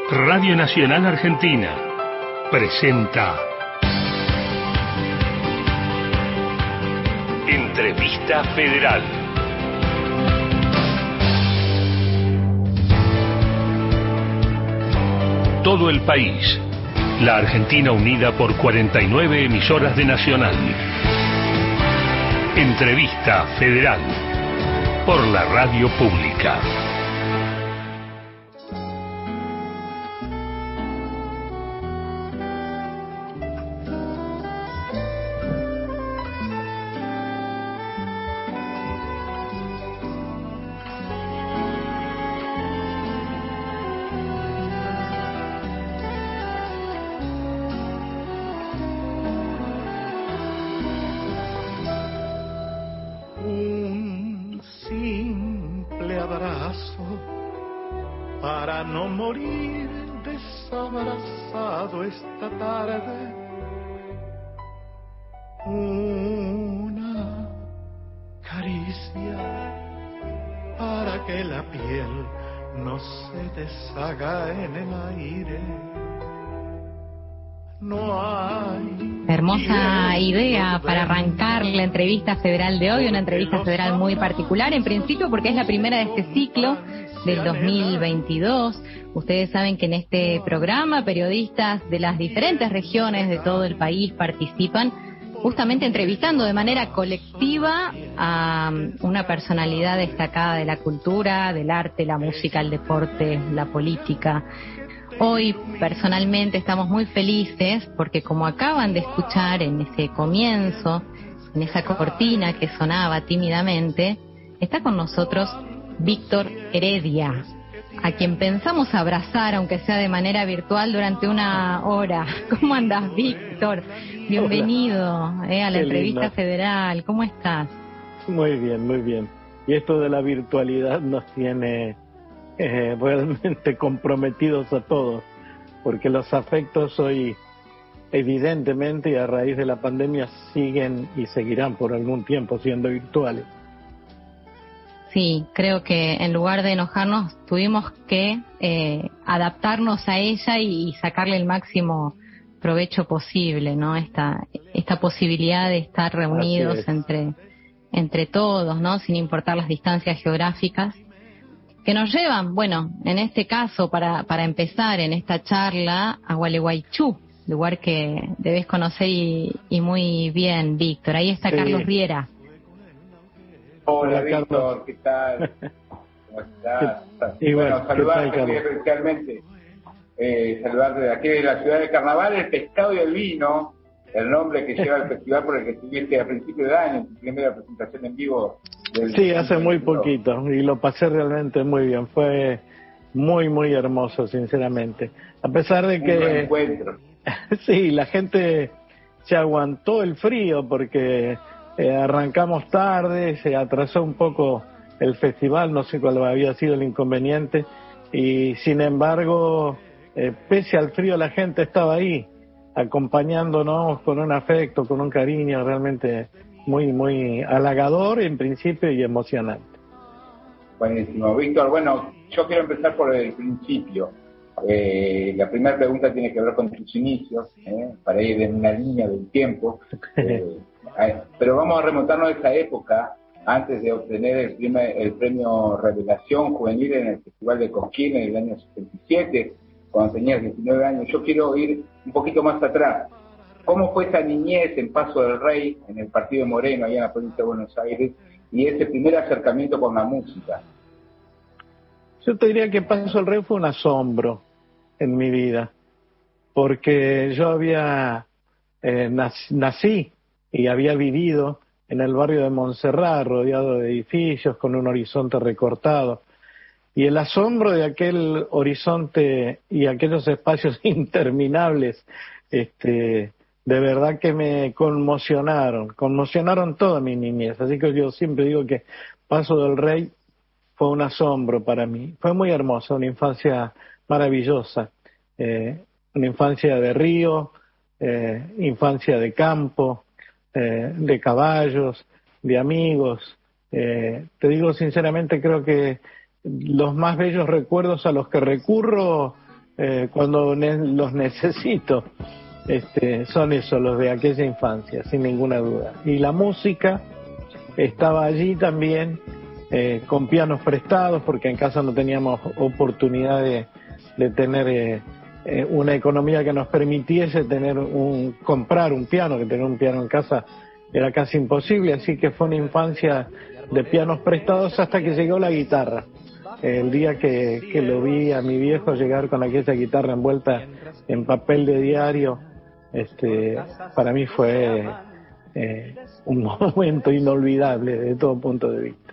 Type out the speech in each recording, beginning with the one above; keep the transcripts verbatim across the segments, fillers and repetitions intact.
Radio Nacional Argentina presenta Entrevista Federal. Todo el país. La Argentina unida por cuarenta y nueve emisoras de Nacional. Entrevista Federal. Por la radio pública. Una caricia para que la piel no se deshaga en el aire. No hay. Hermosa idea para arrancar la entrevista federal de hoy, una entrevista federal muy particular, en principio porque es la primera de este ciclo del dos mil veintidós. Ustedes saben que en este programa periodistas de las diferentes regiones de todo el país participan justamente entrevistando de manera colectiva a una personalidad destacada de la cultura, del arte, la música, el deporte, la política. Hoy, personalmente, estamos muy felices porque, como acaban de escuchar en ese comienzo, en esa cortina que sonaba tímidamente, está con nosotros Víctor Heredia, a quien pensamos abrazar, aunque sea de manera virtual, durante una hora. ¿Cómo andas, Víctor? Bienvenido eh, a la Qué entrevista lindo. federal. ¿Cómo estás? Muy bien, muy bien. Y esto de la virtualidad nos tiene eh, realmente comprometidos a todos, porque los afectos hoy, evidentemente, y a raíz de la pandemia, siguen y seguirán por algún tiempo siendo virtuales. Sí, creo que en lugar de enojarnos tuvimos que eh, adaptarnos a ella y, y sacarle el máximo provecho posible, ¿no? Esta esta posibilidad de estar reunidos entre entre todos, ¿no? Sin importar las distancias geográficas que nos llevan, bueno, en este caso para para empezar en esta charla a Gualeguaychú, lugar que debes conocer y, y muy bien, Víctor. Ahí está sí. Carlos Riera. Hola, Víctor, ¿qué tal? ¿Cómo estás? Y bueno, bueno, saludarte tal, muy especialmente, eh, saludarte de aquí de la ciudad de Carnaval, el pescado y el vino, el nombre que lleva el festival por el que estuviste a principio de año, en tu primera presentación en vivo. Del sí, hace muy poquito, y lo pasé realmente muy bien, fue muy, muy hermoso, sinceramente. A pesar de que... Un encuentro. sí, la gente se aguantó el frío porque... Eh, arrancamos tarde, se atrasó un poco el festival, no sé cuál había sido el inconveniente, y sin embargo, eh, pese al frío, la gente estaba ahí, acompañándonos con un afecto, con un cariño realmente muy, muy halagador en principio y emocionante. Buenísimo, Víctor. Bueno, yo quiero empezar por el principio. Eh, la primera pregunta tiene que ver con tus inicios, ¿eh? Para ir en una línea del tiempo. Eh, pero vamos a remontarnos a esa época, antes de obtener el, primer, el premio Revelación Juvenil en el Festival de Cosquín en el año setenta y siete, cuando tenías diecinueve años. Yo quiero ir un poquito más atrás. ¿Cómo fue esa niñez en Paso del Rey, en el Partido Moreno, allá en la provincia de Buenos Aires, y ese primer acercamiento con la música? Yo te diría que Paso del Rey fue un asombro en mi vida, porque yo había eh, nací y había vivido en el barrio de Montserrat, rodeado de edificios, con un horizonte recortado. Y el asombro de aquel horizonte y aquellos espacios interminables, este, de verdad que me conmocionaron, conmocionaron toda mi niñez. Así que yo siempre digo que Paso del Rey fue un asombro para mí. Fue muy hermosa, una infancia maravillosa, eh, una infancia de río, eh, infancia de campo, Eh, de caballos, de amigos. Eh, te digo sinceramente, creo que los más bellos recuerdos a los que recurro eh, cuando ne- los necesito, este, son esos, los de aquella infancia, sin ninguna duda. Y la música estaba allí también, eh, con pianos prestados, porque en casa no teníamos oportunidad de, de tener eh, eh, una economía que nos permitiese tener un comprar un piano, que tener un piano en casa era casi imposible, así que fue una infancia de pianos prestados hasta que llegó la guitarra. El día que, que lo vi a mi viejo llegar con aquella guitarra envuelta en papel de diario, este, para mí fue eh, un momento inolvidable de todo punto de vista.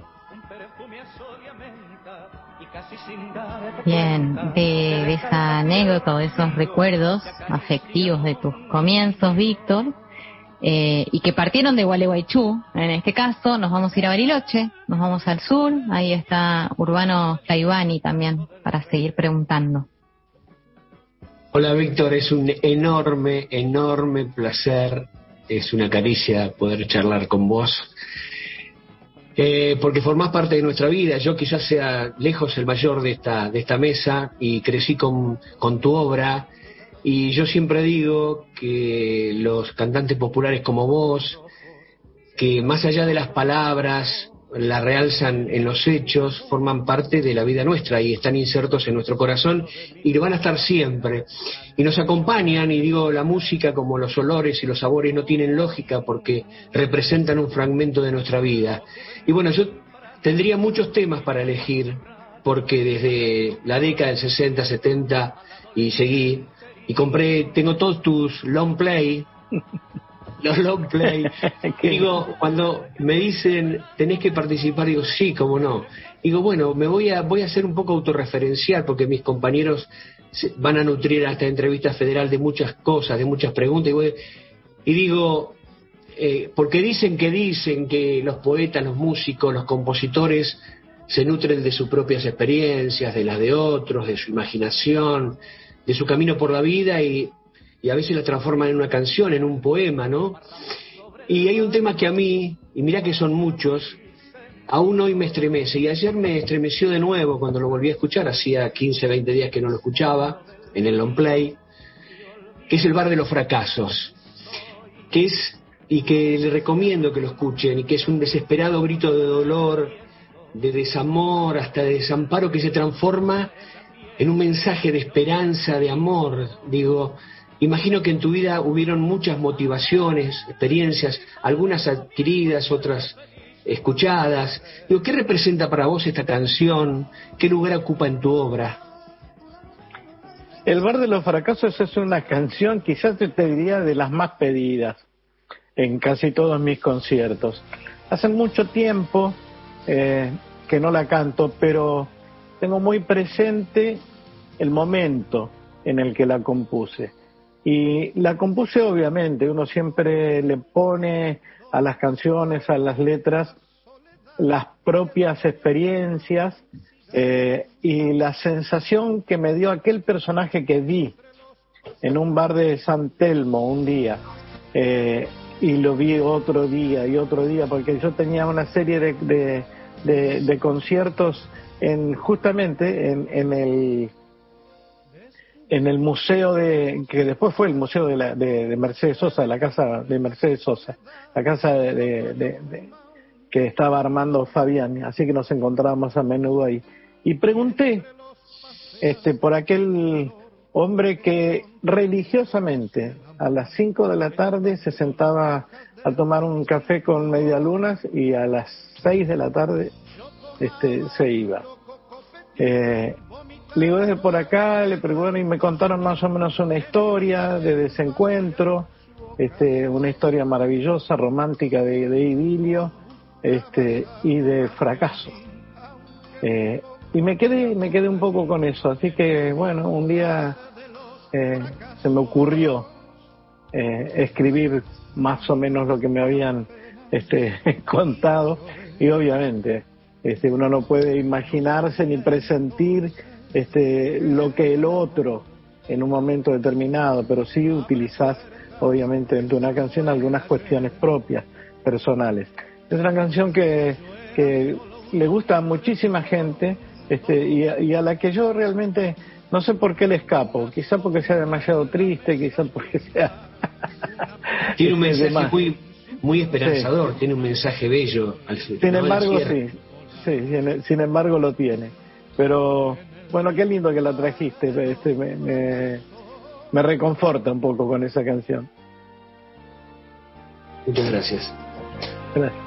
Bien, de, de esa anécdota, de esos recuerdos afectivos de tus comienzos, Víctor, eh, y que partieron de Gualeguaychú, en este caso, nos vamos a ir a Bariloche, nos vamos al sur, ahí está Urbano Taibani también, para seguir preguntando. Hola Víctor, es un enorme, enorme placer, es una caricia poder charlar con vos, eh, porque formás parte de nuestra vida. Yo quizás sea lejos el mayor de esta, de esta mesa y crecí con, con tu obra, y yo siempre digo que los cantantes populares como vos, que más allá de las palabras, la realzan en los hechos, forman parte de la vida nuestra y están insertos en nuestro corazón y lo van a estar siempre. Y nos acompañan, y digo, la música como los olores y los sabores no tienen lógica porque representan un fragmento de nuestra vida. Y bueno, yo tendría muchos temas para elegir, porque desde la década del sesenta, setenta y seguí, y compré, tengo todos tus long play, los long play. Digo, cuando me dicen tenés que participar, digo sí, cómo no. Digo, bueno, me voy a voy a ser un poco autorreferencial, porque mis compañeros se, van a nutrir a esta entrevista federal de muchas cosas, de muchas preguntas, y, voy, y digo, eh, porque dicen que dicen que los poetas, los músicos, los compositores se nutren de sus propias experiencias, de las de otros, de su imaginación, de su camino por la vida, y y a veces la transforman en una canción, en un poema, ¿no? Y hay un tema que a mí, y mirá que son muchos, aún hoy me estremece, y ayer me estremeció de nuevo cuando lo volví a escuchar, hacía quince, veinte días que no lo escuchaba, en el long play, que es El Bar de los Fracasos, que es, y que le recomiendo que lo escuchen, y que es un desesperado grito de dolor, de desamor, hasta de desamparo, que se transforma en un mensaje de esperanza, de amor. Digo, imagino que en tu vida hubieron muchas motivaciones, experiencias, algunas adquiridas, otras escuchadas. Digo, ¿qué representa para vos esta canción? ¿Qué lugar ocupa en tu obra? El Bar de los Fracasos es una canción, quizás te diría, de las más pedidas en casi todos mis conciertos. Hace mucho tiempo eh, que no la canto, pero tengo muy presente el momento en el que la compuse. Y la compuse, obviamente, uno siempre le pone a las canciones, a las letras, las propias experiencias eh, y la sensación que me dio aquel personaje que vi en un bar de San Telmo un día, eh, y lo vi otro día y otro día, porque yo tenía una serie de, de, de, de conciertos en justamente en, en el en el museo de, que después fue el museo de, la, de, de Mercedes Sosa, de la casa de Mercedes Sosa, la casa de, de, de, de que estaba armando Fabián, así que nos encontrábamos a menudo ahí. Y pregunté este por aquel hombre que religiosamente a las cinco de la tarde se sentaba a tomar un café con medialunas y a las seis de la tarde este se iba. Eh, le digo, desde por acá, le pregunto, y me contaron más o menos una historia de desencuentro, este, una historia maravillosa, romántica, de, de idilio, este, y de fracaso. Eh, y me quedé, me quedé un poco con eso, así que bueno, un día eh, se me ocurrió eh, escribir más o menos lo que me habían este, contado, y obviamente este, uno no puede imaginarse ni presentir este, lo que el otro en un momento determinado, pero sí utilizás obviamente en una canción algunas cuestiones propias, personales. Es una canción que, que le gusta a muchísima gente, este, y, a, y a la que yo realmente no sé por qué le escapo, quizá porque sea demasiado triste, quizá porque sea... Tiene un mensaje demás. muy muy esperanzador, sí. Tiene un mensaje bello. Al, sin ¿no? embargo, sí, sí, sin, sin embargo lo tiene. Pero, bueno, qué lindo que la trajiste, este, me, me, me reconforta un poco con esa canción. Muchas gracias. Gracias.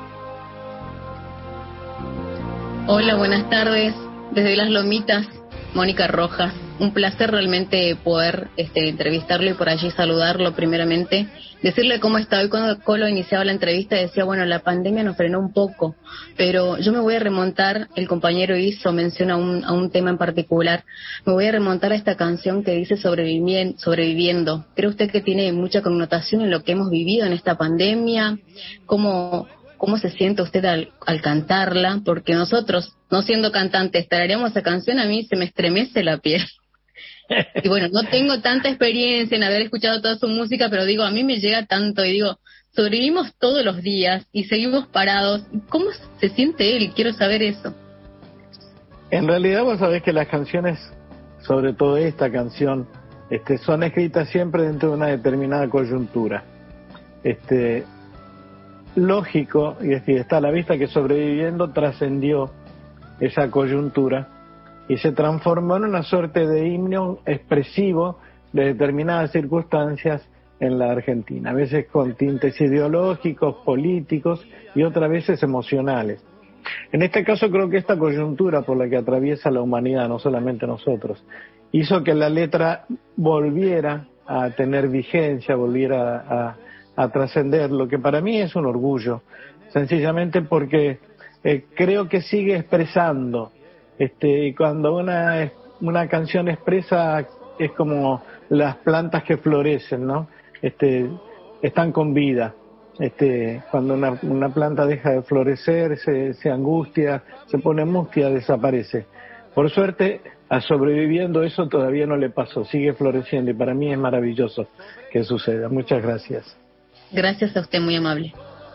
Hola, buenas tardes. Desde Las Lomitas, Mónica Rojas. Un placer realmente poder este, entrevistarlo y por allí saludarlo primeramente. Decirle cómo está. Hoy cuando Colo iniciaba la entrevista decía, bueno, la pandemia nos frenó un poco, pero yo me voy a remontar, el compañero hizo mención a un, a un tema en particular, me voy a remontar a esta canción que dice sobreviviendo, sobreviviendo. ¿Cree usted que tiene mucha connotación en lo que hemos vivido en esta pandemia? ¿Cómo... ¿Cómo se siente usted al, al cantarla? Porque nosotros, no siendo cantantes, tarareamos esa canción, a mí se me estremece la piel. Y bueno, no tengo tanta experiencia en haber escuchado toda su música, pero digo, a mí me llega tanto y digo, sobrevivimos todos los días y seguimos parados. ¿Cómo se siente él? Quiero saber eso. En realidad vos sabés que las canciones, sobre todo esta canción, este, son escritas siempre dentro de una determinada coyuntura. Este... lógico, y es decir, está a la vista que Sobreviviendo trascendió esa coyuntura y se transformó en una suerte de himno expresivo de determinadas circunstancias en la Argentina, a veces con tintes ideológicos, políticos y otras veces emocionales. En este caso creo que esta coyuntura por la que atraviesa la humanidad, no solamente nosotros, hizo que la letra volviera a tener vigencia, volviera a a trascender, lo que para mí es un orgullo, sencillamente porque eh, creo que sigue expresando, este, y cuando una, una canción expresa es como las plantas que florecen, ¿no? Este, están con vida. Este, cuando una, una planta deja de florecer, se, se angustia, se pone mustia, desaparece. Por suerte, a Sobreviviendo eso todavía no le pasó, sigue floreciendo y para mí es maravilloso que suceda. Muchas gracias. Gracias a usted, muy amable.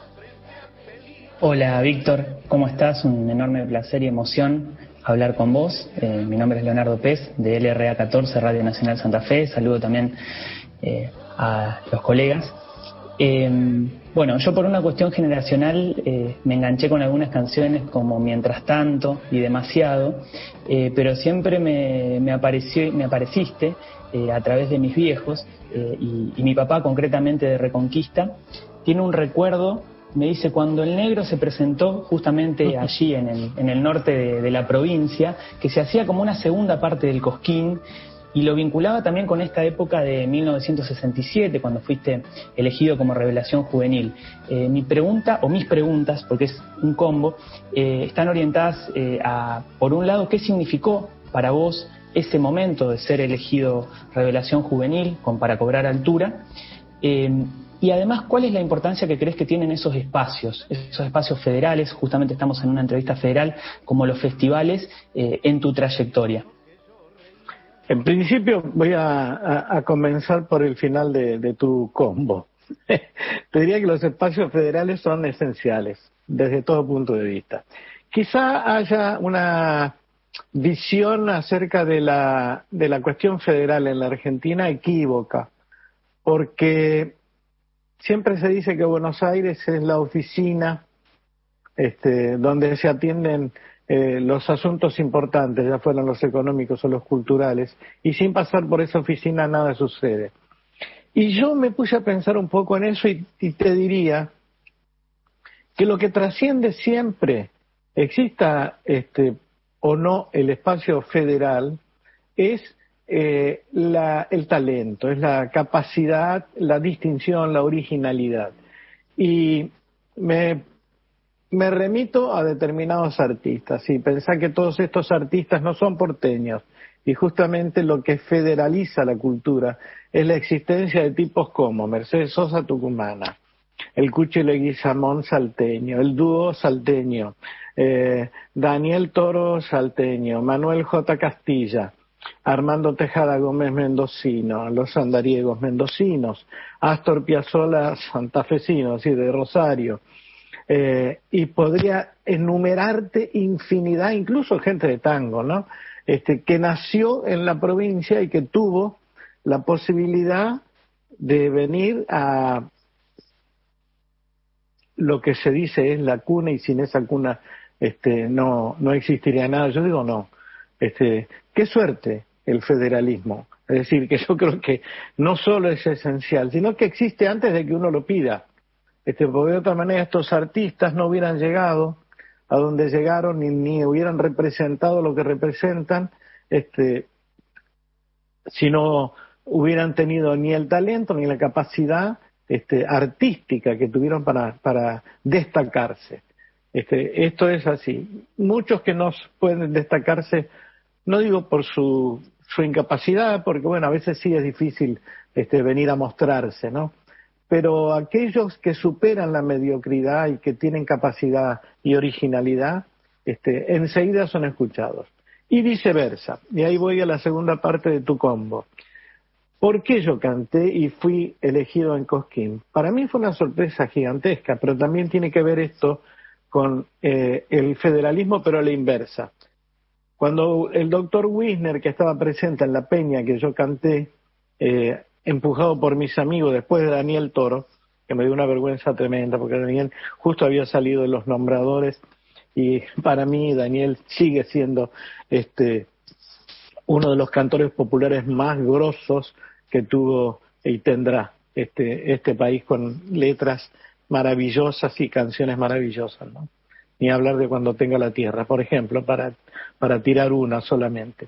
Hola Víctor, ¿cómo estás? Un enorme placer y emoción hablar con vos. Eh, mi nombre es Leonardo Pez, de L R A catorce, Radio Nacional Santa Fe. Saludo también eh, a los colegas. Eh, bueno, yo por una cuestión generacional eh, me enganché con algunas canciones como Mientras Tanto y Demasiado, eh, pero siempre me, me, apareció, me apareciste eh, a través de mis viejos eh, y, y mi papá concretamente de Reconquista tiene un recuerdo, me dice, cuando el negro se presentó justamente allí en el, en el norte de, de la provincia, que se hacía como una segunda parte del Cosquín, y lo vinculaba también con esta época de mil novecientos sesenta y siete, cuando fuiste elegido como Revelación Juvenil. Eh, mi pregunta, o mis preguntas, porque es un combo, eh, están orientadas eh, a, por un lado, ¿qué significó para vos ese momento de ser elegido Revelación Juvenil con Para Cobrar Altura? Eh, y además, ¿cuál es la importancia que crees que tienen esos espacios, esos espacios federales? Justamente estamos en una entrevista federal, como los festivales, eh, en tu trayectoria. En principio voy a, a, a comenzar por el final de, de tu combo. Te diría que los espacios federales son esenciales desde todo punto de vista. Quizá haya una visión acerca de la, de la cuestión federal en la Argentina equívoca, porque siempre se dice que Buenos Aires es la oficina este, donde se atienden Eh, los asuntos importantes, ya fueran los económicos o los culturales, y sin pasar por esa oficina nada sucede. Y yo me puse a pensar un poco en eso y, y te diría que lo que trasciende siempre, exista este o no el espacio federal, es eh, la, el talento, es la capacidad, la distinción, la originalidad. Y me Me remito a determinados artistas y pensar que todos estos artistas no son porteños y justamente lo que federaliza la cultura es la existencia de tipos como Mercedes Sosa tucumana, el Cuchi Leguizamón salteño, el dúo salteño, eh, Daniel Toro salteño, Manuel J. Castilla, Armando Tejada Gómez mendocino, los andariegos mendocinos, Astor Piazzolla santafesino, así de Rosario. Eh, y podría enumerarte infinidad, incluso gente de tango, ¿no? este, que nació en la provincia y que tuvo la posibilidad de venir a lo que se dice es la cuna, y sin esa cuna este, no, no existiría nada. Yo digo no. Este, qué suerte el federalismo. Es decir, que yo creo que no solo es esencial, sino que existe antes de que uno lo pida. Este, porque de otra manera estos artistas no hubieran llegado a donde llegaron ni, ni hubieran representado lo que representan este, si no hubieran tenido ni el talento ni la capacidad este, artística que tuvieron para, para destacarse. Este, esto es así. Muchos que no pueden destacarse, no digo por su, su incapacidad, porque bueno, a veces sí es difícil este, venir a mostrarse, ¿no? Pero aquellos que superan la mediocridad y que tienen capacidad y originalidad, este, enseguida son escuchados. Y viceversa. Y ahí voy a la segunda parte de tu combo. ¿Por qué yo canté y fui elegido en Cosquín? Para mí fue una sorpresa gigantesca, pero también tiene que ver esto con eh, el federalismo, pero a la inversa. Cuando el doctor Wisner, que estaba presente en la peña que yo canté, eh, empujado por mis amigos después de Daniel Toro, que me dio una vergüenza tremenda, porque Daniel justo había salido de los nombradores, y para mí Daniel sigue siendo este uno de los cantores populares más grosos que tuvo y tendrá este, este país, con letras maravillosas y canciones maravillosas, ¿no? Ni hablar de Cuando tenga la tierra, por ejemplo, para, para tirar una solamente.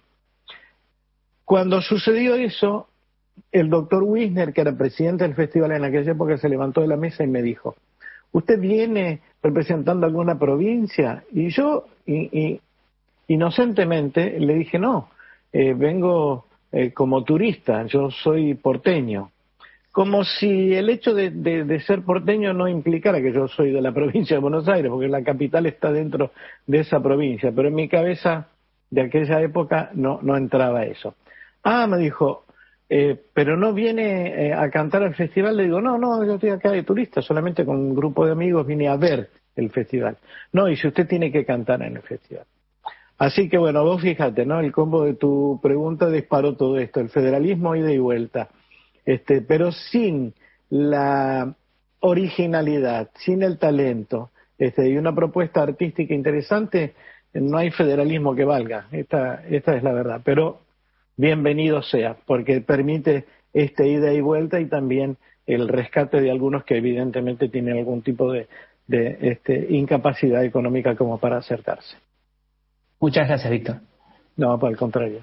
Cuando sucedió eso, el doctor Wisner, que era presidente del festival en aquella época, se levantó de la mesa y me dijo: ¿usted viene representando alguna provincia? Y yo, y, y, inocentemente, le dije: no, eh, vengo eh, como turista, yo soy porteño. Como si el hecho de, de, de ser porteño no implicara que yo soy de la provincia de Buenos Aires, porque la capital está dentro de esa provincia, pero en mi cabeza de aquella época no, no entraba eso. Ah, me dijo, eh, pero no viene eh, a cantar al festival. Le digo, no, no, yo estoy acá de turista, solamente con un grupo de amigos vine a ver el festival. No, y si usted tiene que cantar en el festival. Así que bueno, vos fíjate, ¿no? El combo de tu pregunta disparó todo esto, el federalismo ida y vuelta. Este, pero sin la originalidad, sin el talento este, y una propuesta artística interesante, no hay federalismo que valga. Esta, esta es la verdad. Pero bienvenido sea, porque permite este ida y vuelta y también el rescate de algunos que evidentemente tienen algún tipo de, de este, incapacidad económica como para acercarse. Muchas gracias, Víctor. No, por el contrario.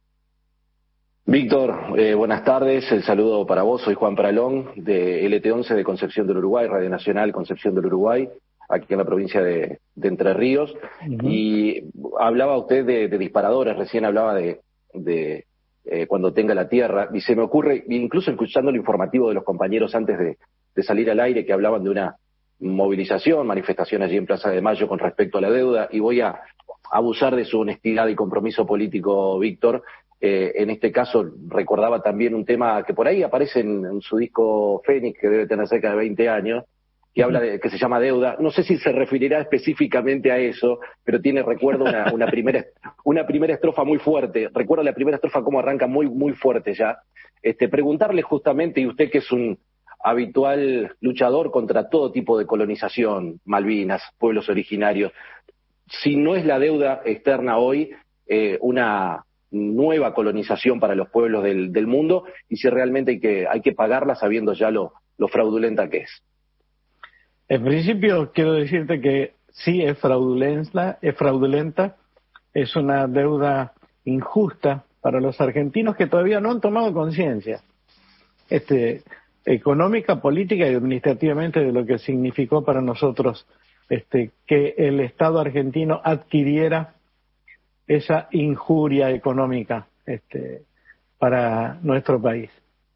Víctor, eh, buenas tardes, el saludo para vos, soy Juan Pralón de L T once de Concepción del Uruguay, Radio Nacional Concepción del Uruguay, aquí en la provincia de, de Entre Ríos, uh-huh. Y hablaba usted de, de disparadores, recién hablaba de, de eh, Cuando tenga la tierra, y se me ocurre, incluso escuchando el informativo de los compañeros antes de, de salir al aire, que hablaban de una movilización, manifestación allí en Plaza de Mayo con respecto a la deuda, y voy a abusar de su honestidad y compromiso político, Víctor. Eh, en este caso recordaba también un tema que por ahí aparece en, en su disco Fénix, que debe tener cerca de veinte años, que habla de, que se llama Deuda. No sé si se referirá específicamente a eso, pero tiene, recuerdo, una, una primera una primera estrofa muy fuerte. Recuerdo la primera estrofa cómo arranca muy muy fuerte ya. Este, preguntarle justamente, y usted que es un habitual luchador contra todo tipo de colonización, Malvinas, pueblos originarios, si no es la deuda externa hoy eh, una nueva colonización para los pueblos del, del mundo, y si realmente hay que, hay que pagarla sabiendo ya lo, lo fraudulenta que es. En principio quiero decirte que sí es fraudulenta, es fraudulenta, es una deuda injusta para los argentinos que todavía no han tomado conciencia este, económica, política y administrativamente de lo que significó para nosotros este, que el Estado argentino adquiriera esa injuria económica este, para nuestro país.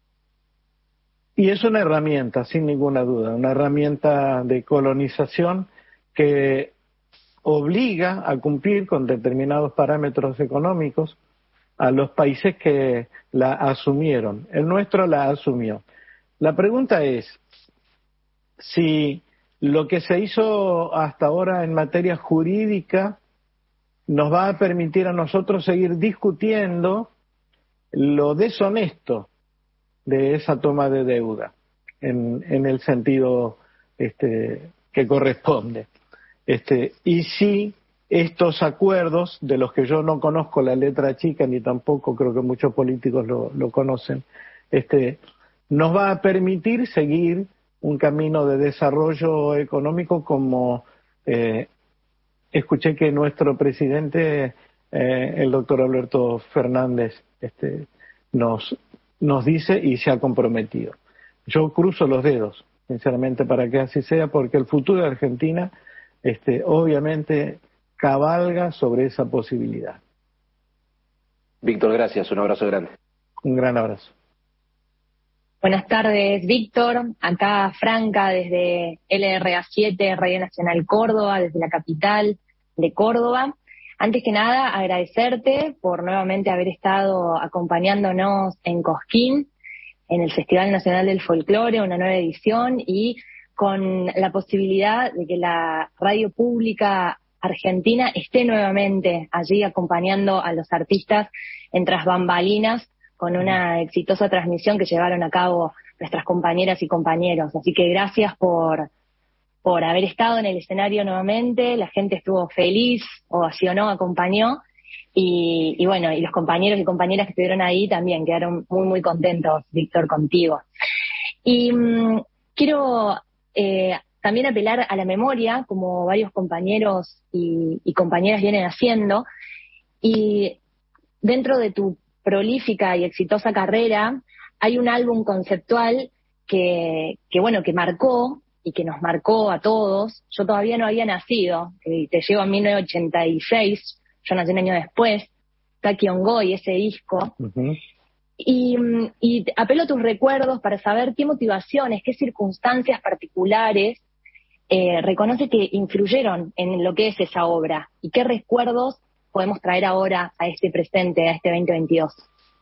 Y es una herramienta, sin ninguna duda, una herramienta de colonización que obliga a cumplir con determinados parámetros económicos a los países que la asumieron. El nuestro la asumió. La pregunta es si lo que se hizo hasta ahora en materia jurídica nos va a permitir a nosotros seguir discutiendo lo deshonesto de esa toma de deuda en, en el sentido este, que corresponde. Este, y si estos acuerdos, de los que yo no conozco la letra chica, ni tampoco creo que muchos políticos lo, lo conocen, este, nos va a permitir seguir un camino de desarrollo económico como eh, escuché que nuestro presidente, eh, el doctor Alberto Fernández, este, nos, nos dice y se ha comprometido. Yo cruzo los dedos, sinceramente, para que así sea, porque el futuro de Argentina, este, obviamente, cabalga sobre esa posibilidad. Víctor, gracias. Un abrazo grande. Un gran abrazo. Buenas tardes, Víctor. Acá Franca desde L R A siete, Radio Nacional Córdoba, desde la capital de Córdoba. Antes que nada, agradecerte por nuevamente haber estado acompañándonos en Cosquín, en el Festival Nacional del Folclore, una nueva edición, y con la posibilidad de que la radio pública argentina esté nuevamente allí acompañando a los artistas en tras bambalinas, con una exitosa transmisión que llevaron a cabo nuestras compañeras y compañeros. Así que gracias por, por haber estado en el escenario nuevamente. La gente estuvo feliz, ovacionó, acompañó. Y, y bueno, y los compañeros y compañeras que estuvieron ahí también quedaron muy, muy contentos, Víctor, contigo. Y mmm, quiero eh, también apelar a la memoria, como varios compañeros y, y compañeras vienen haciendo. Y dentro de tu prolífica y exitosa carrera, hay un álbum conceptual que, que bueno, que marcó y que nos marcó a todos. Yo todavía no había nacido, que te llevo a mil novecientos ochenta y seis, yo nací un año después, Taquiongoy, ese disco. Uh-huh. Y, y apelo a tus recuerdos para saber qué motivaciones, qué circunstancias particulares eh, reconoce que influyeron en lo que es esa obra y qué recuerdos podemos traer ahora a este presente, a este veinte veintidós.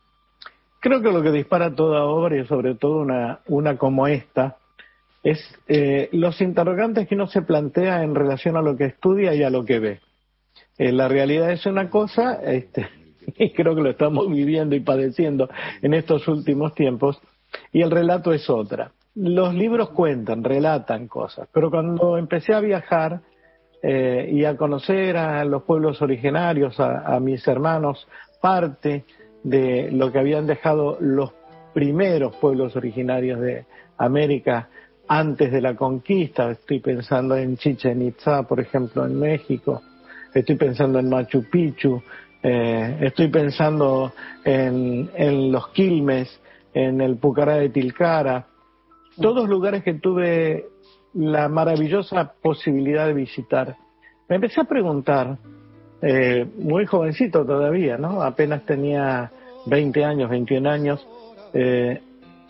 Creo que lo que dispara toda obra, y sobre todo una, una como esta, es eh, los interrogantes que uno se plantea en relación a lo que estudia y a lo que ve. Eh, la realidad es una cosa, este, y creo que lo estamos viviendo y padeciendo en estos últimos tiempos, y el relato es otra. Los libros cuentan, relatan cosas, pero cuando empecé a viajar eh, y a conocer a los pueblos originarios, a, a mis hermanos, parte de lo que habían dejado los primeros pueblos originarios de América antes de la conquista. Estoy pensando en Chichén Itzá, por ejemplo, en México. Estoy pensando en Machu Picchu. Eh, estoy pensando en, en los Quilmes, en el Pucará de Tilcara. Todos lugares que tuve la maravillosa posibilidad de visitar. Me empecé a preguntar, eh, muy jovencito todavía, ¿no? Apenas tenía veinte años, veintiún años, eh,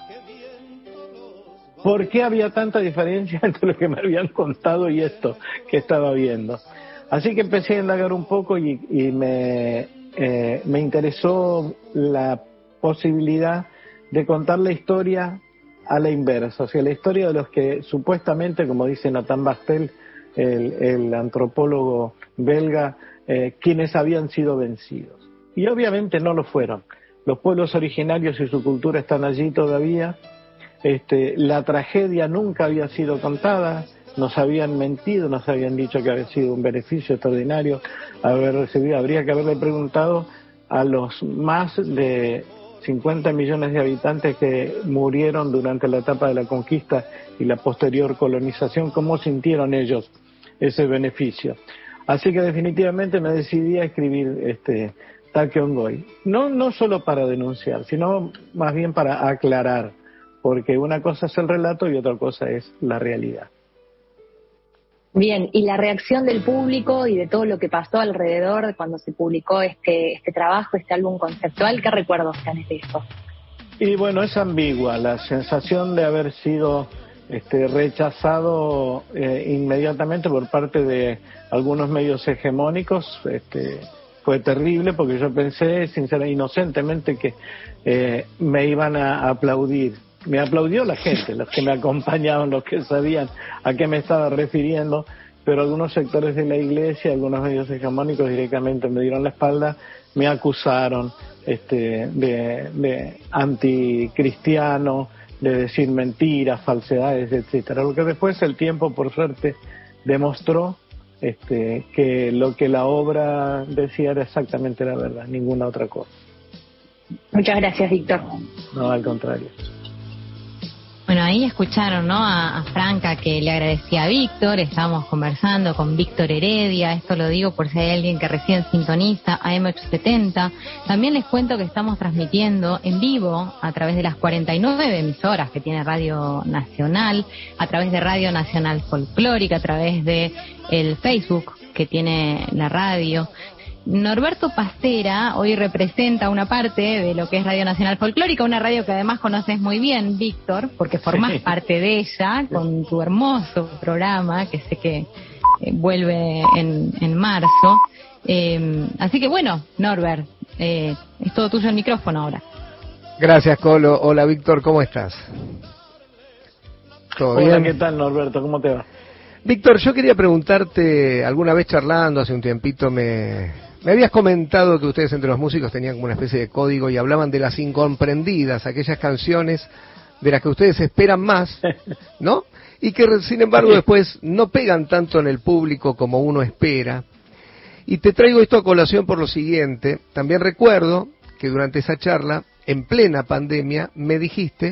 ¿por qué había tanta diferencia entre lo que me habían contado y esto que estaba viendo? Así que empecé a indagar un poco y, y me, eh, me interesó la posibilidad de contar la historia a la inversa, o sea, la historia de los que supuestamente, como dice Nathan Bastel, el, el antropólogo belga, eh, quienes habían sido vencidos. Y obviamente no lo fueron. Los pueblos originarios y su cultura están allí todavía. Este, la tragedia nunca había sido contada, nos habían mentido, nos habían dicho que había sido un beneficio extraordinario haber recibido. Habría que haberle preguntado a los más de cincuenta millones de habitantes que murieron durante la etapa de la conquista y la posterior colonización, cómo sintieron ellos ese beneficio. Así que definitivamente me decidí a escribir este Taquiongoy, no, no solo para denunciar, sino más bien para aclarar, porque una cosa es el relato y otra cosa es la realidad. Bien, y la reacción del público y de todo lo que pasó alrededor cuando se publicó este este trabajo, este álbum conceptual, ¿qué recuerdos tenés de eso? Y bueno, es ambigua, la sensación de haber sido este, rechazado eh, inmediatamente por parte de algunos medios hegemónicos, este, fue terrible, porque yo pensé, sinceramente, inocentemente, que eh, me iban a aplaudir. Me aplaudió la gente, los que me acompañaban, los que sabían a qué me estaba refiriendo, pero algunos sectores de la iglesia, algunos medios hegemónicos directamente me dieron la espalda, me acusaron este, de, de anticristiano, de decir mentiras, falsedades, etcétera. Lo que después el tiempo, por suerte, demostró este, que lo que la obra decía era exactamente la verdad, ninguna otra cosa. Muchas gracias, Víctor. No, al contrario. Bueno, ahí escucharon, ¿no? A, a Franca, que le agradecía a Víctor. Estábamos conversando con Víctor Heredia. Esto lo digo por si hay alguien que recién sintoniza, A M ochocientos setenta. También les cuento que estamos transmitiendo en vivo a través de las cuarenta y nueve emisoras que tiene Radio Nacional, a través de Radio Nacional Folclórica, a través de el Facebook que tiene la radio. Norberto Pastera hoy representa una parte de lo que es Radio Nacional Folclórica, una radio que además conoces muy bien, Víctor, porque formás sí. parte de ella con tu hermoso programa, que sé que eh, vuelve en, en marzo. Eh, así que bueno, Norbert, eh, es todo tuyo el micrófono ahora. Gracias, Colo. Hola, Víctor, ¿cómo estás? ¿Todo Hola, bien? ¿Qué tal, Norberto? ¿Cómo te va? Víctor, yo quería preguntarte, alguna vez charlando, hace un tiempito me... Me habías comentado que ustedes entre los músicos tenían como una especie de código y hablaban de las incomprendidas, aquellas canciones de las que ustedes esperan más, ¿no? Y que sin embargo después no pegan tanto en el público como uno espera. Y te traigo esto a colación por lo siguiente. También recuerdo que durante esa charla, en plena pandemia, me dijiste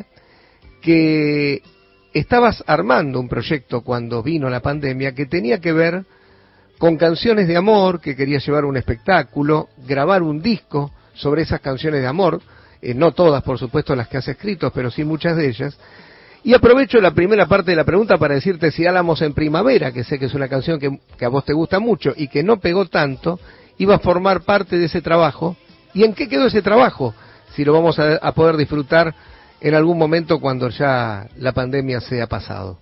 que estabas armando un proyecto cuando vino la pandemia que tenía que ver con canciones de amor, que quería llevar un espectáculo, grabar un disco sobre esas canciones de amor, eh, no todas, por supuesto, las que has escrito, pero sí muchas de ellas. Y aprovecho la primera parte de la pregunta para decirte si Álamos en Primavera, que sé que es una canción que, que a vos te gusta mucho y que no pegó tanto, iba a formar parte de ese trabajo. ¿Y en qué quedó ese trabajo? Si lo vamos a, a poder disfrutar en algún momento cuando ya la pandemia sea pasado.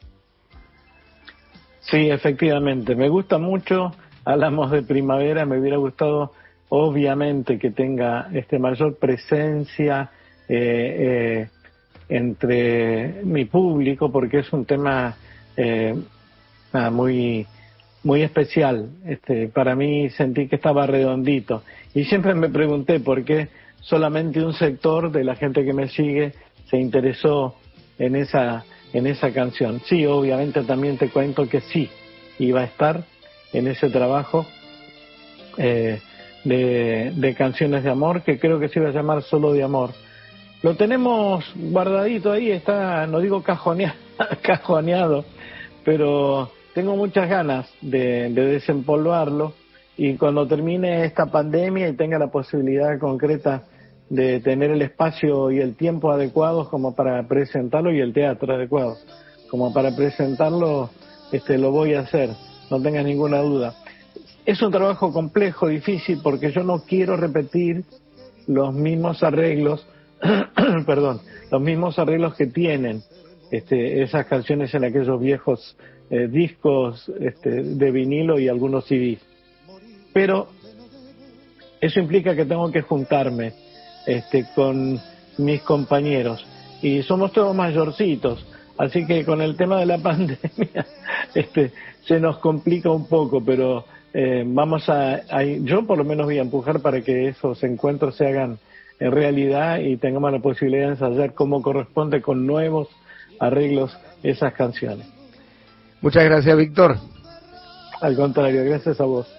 Sí, efectivamente, me gusta mucho Álamos de Primavera, me hubiera gustado obviamente que tenga este mayor presencia eh, eh, entre mi público, porque es un tema eh, ah, muy muy especial. Este, para mí sentí que estaba redondito y siempre me pregunté por qué solamente un sector de la gente que me sigue se interesó en esa en esa canción. Sí, obviamente también te cuento que sí, iba a estar en ese trabajo eh, de, de canciones de amor, que creo que se iba a llamar Solo de Amor. Lo tenemos guardadito ahí, está, no digo cajoneado, cajoneado, pero tengo muchas ganas de, de desempolvarlo, y cuando termine esta pandemia y tenga la posibilidad concreta de tener el espacio y el tiempo adecuados como para presentarlo, y el teatro adecuado como para presentarlo, este lo voy a hacer, no tengas ninguna duda. Es un trabajo complejo, difícil, porque yo no quiero repetir los mismos arreglos perdón, los mismos arreglos que tienen este, esas canciones en aquellos viejos eh, discos este, de vinilo y algunos C Ds, pero eso implica que tengo que juntarme Este, con mis compañeros, y somos todos mayorcitos, así que con el tema de la pandemia este, se nos complica un poco, pero eh, vamos a, a, yo por lo menos voy a empujar para que esos encuentros se hagan en realidad y tengamos la posibilidad de ensayar como corresponde con nuevos arreglos esas canciones. Muchas gracias, Víctor. Al contrario, gracias a vos.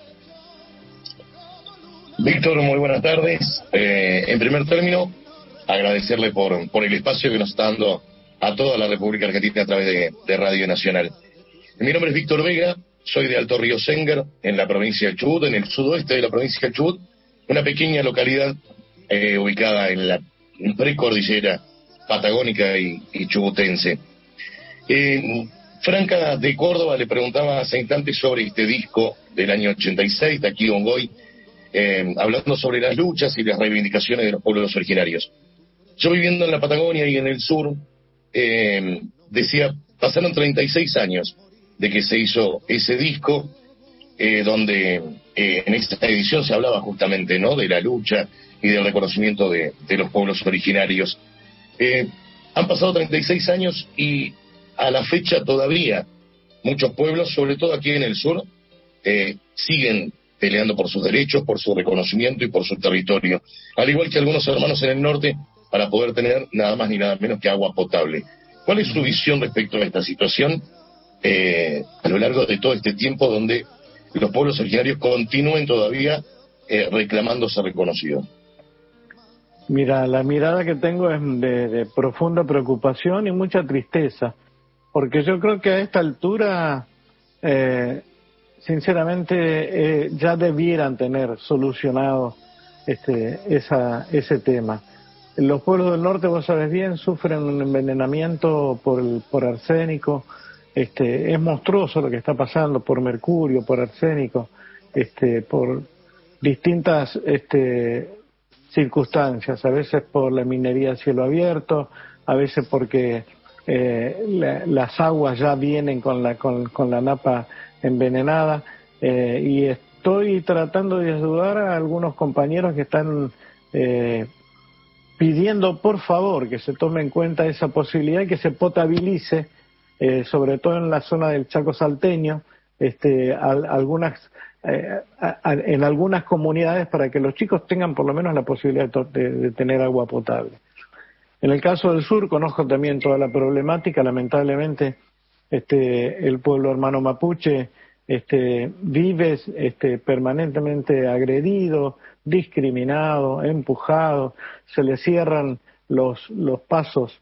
Víctor, muy buenas tardes. Eh, en primer término, agradecerle por, por el espacio que nos está dando a toda la República Argentina a través de, de Radio Nacional. Mi nombre es Víctor Vega, soy de Alto Río Sengar, en la provincia del Chubut, en el sudoeste de la provincia del Chubut, una pequeña localidad eh, ubicada en la precordillera patagónica y, y chubutense. Eh, Franca de Córdoba le preguntaba hace instantes sobre este disco del año ochenta y seis, de Aquí Bongoy, Eh, hablando sobre las luchas y las reivindicaciones de los pueblos originarios. Yo viviendo en la Patagonia y en el sur, eh, decía, pasaron treinta y seis años de que se hizo ese disco, eh, donde eh, en esta edición se hablaba justamente, ¿no?, de la lucha y del reconocimiento de, de los pueblos originarios. Eh, han pasado treinta y seis años y a la fecha todavía muchos pueblos, sobre todo aquí en el sur, eh, siguen peleando por sus derechos, por su reconocimiento y por su territorio, al igual que algunos hermanos en el norte, para poder tener nada más ni nada menos que agua potable. ¿Cuál es su visión respecto a esta situación eh, a lo largo de todo este tiempo donde los pueblos originarios continúen todavía eh, reclamando ser reconocidos? Mira, la mirada que tengo es de, de profunda preocupación y mucha tristeza, porque yo creo que a esta altura, eh, sinceramente, eh, ya debieran tener solucionado este, esa, ese tema. Los pueblos del norte, vos sabés bien, sufren un envenenamiento por, el, por arsénico. Este, es monstruoso lo que está pasando por mercurio, por arsénico, este, por distintas este, circunstancias, a veces por la minería a cielo abierto, a veces porque eh, la, las aguas ya vienen con la, con, con la napa envenenada, eh, y estoy tratando de ayudar a algunos compañeros que están eh, pidiendo por favor que se tome en cuenta esa posibilidad y que se potabilice, eh, sobre todo en la zona del Chaco salteño, este, al, algunas eh, a, a, en algunas comunidades, para que los chicos tengan por lo menos la posibilidad de, de, de tener agua potable. En el caso del sur conozco también toda la problemática. Lamentablemente este, el pueblo hermano mapuche este, vive este, permanentemente agredido, discriminado, empujado, se le cierran los, los pasos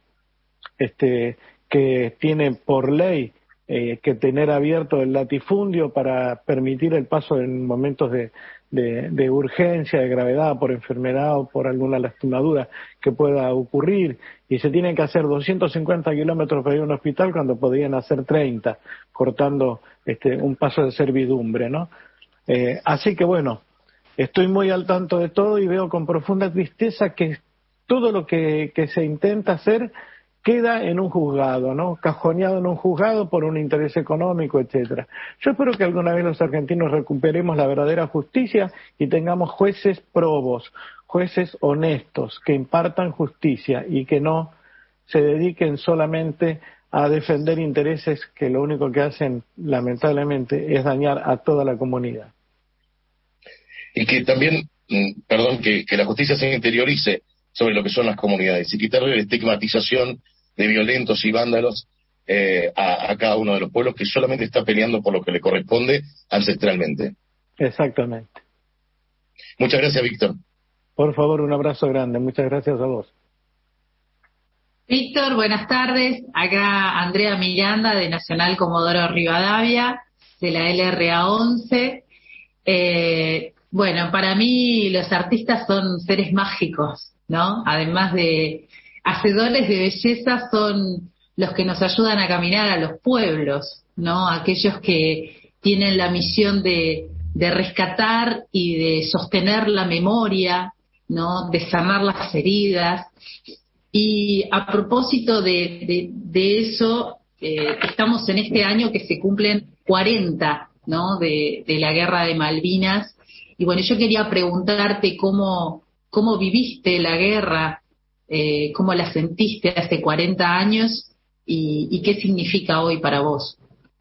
este, que tiene por ley eh, que tener abierto el latifundio para permitir el paso en momentos de, de, de urgencia, de gravedad, por enfermedad o por alguna lastimadura que pueda ocurrir, y se tienen que hacer doscientos cincuenta kilómetros para ir a un hospital cuando podían hacer treinta, cortando este, un paso de servidumbre, ¿no? Eh, así que bueno, estoy muy al tanto de todo y veo con profunda tristeza que todo lo que, que se intenta hacer queda en un juzgado, ¿no? Cajoneado en un juzgado por un interés económico, etcétera. Yo espero que alguna vez los argentinos recuperemos la verdadera justicia y tengamos jueces probos, jueces honestos, que impartan justicia y que no se dediquen solamente a defender intereses que lo único que hacen, lamentablemente, es dañar a toda la comunidad. Y que también, perdón, que, que la justicia se interiorice sobre lo que son las comunidades y quitarle la estigmatización de violentos y vándalos eh, a, a cada uno de los pueblos que solamente está peleando por lo que le corresponde ancestralmente. Exactamente. Muchas gracias, Víctor. Por favor, un abrazo grande. Muchas gracias a vos. Víctor, buenas tardes. Acá Andrea Miranda de Nacional Comodoro Rivadavia, de la L R A once. Eh, bueno, para mí los artistas son seres mágicos, ¿no? Además de hacedores de belleza, son los que nos ayudan a caminar a los pueblos, ¿no? Aquellos que tienen la misión de, de rescatar y de sostener la memoria, ¿no? De sanar las heridas. Y a propósito de, de, de eso, eh, estamos en este año que se cumplen cuarenta, ¿no? De, de la Guerra de Malvinas. Y bueno, yo quería preguntarte cómo, cómo viviste la guerra, eh, cómo la sentiste hace cuarenta años y, y qué significa hoy para vos.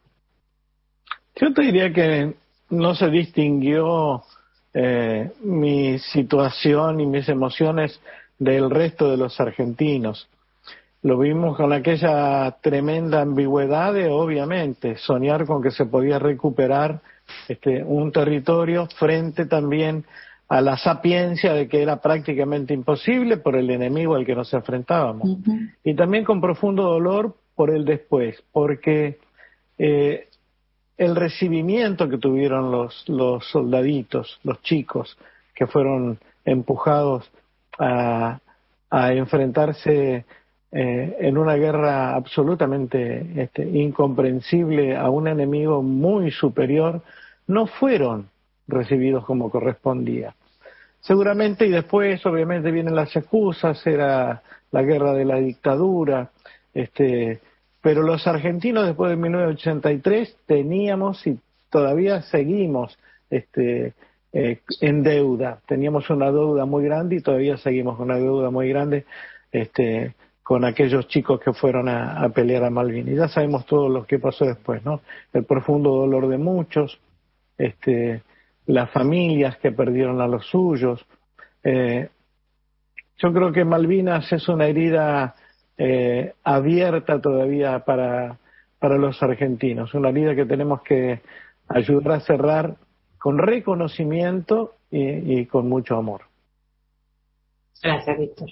Yo te diría que no se distinguió eh, mi situación y mis emociones del resto de los argentinos. Lo vimos con aquella tremenda ambigüedad de, obviamente, soñar con que se podía recuperar este, un territorio frente también a la sapiencia de que era prácticamente imposible por el enemigo al que nos enfrentábamos. Uh-huh. Y también con profundo dolor por el después, porque eh, el recibimiento que tuvieron los, los soldaditos, los chicos, que fueron empujados a, a enfrentarse eh, en una guerra absolutamente este, incomprensible a un enemigo muy superior, no fueron recibidos como correspondía. Seguramente, y después obviamente vienen las excusas, era la guerra de la dictadura, este, pero los argentinos después de mil novecientos ochenta y tres teníamos y todavía seguimos este, eh, en deuda, teníamos una deuda muy grande y todavía seguimos con una deuda muy grande este, con aquellos chicos que fueron a, a pelear a Malvinas. Y ya sabemos todo lo que pasó después, ¿no? El profundo dolor de muchos, este, las familias que perdieron a los suyos. Eh, yo creo que Malvinas es una herida eh, abierta todavía para, para los argentinos, una herida que tenemos que ayudar a cerrar con reconocimiento y, y con mucho amor. Gracias, Víctor.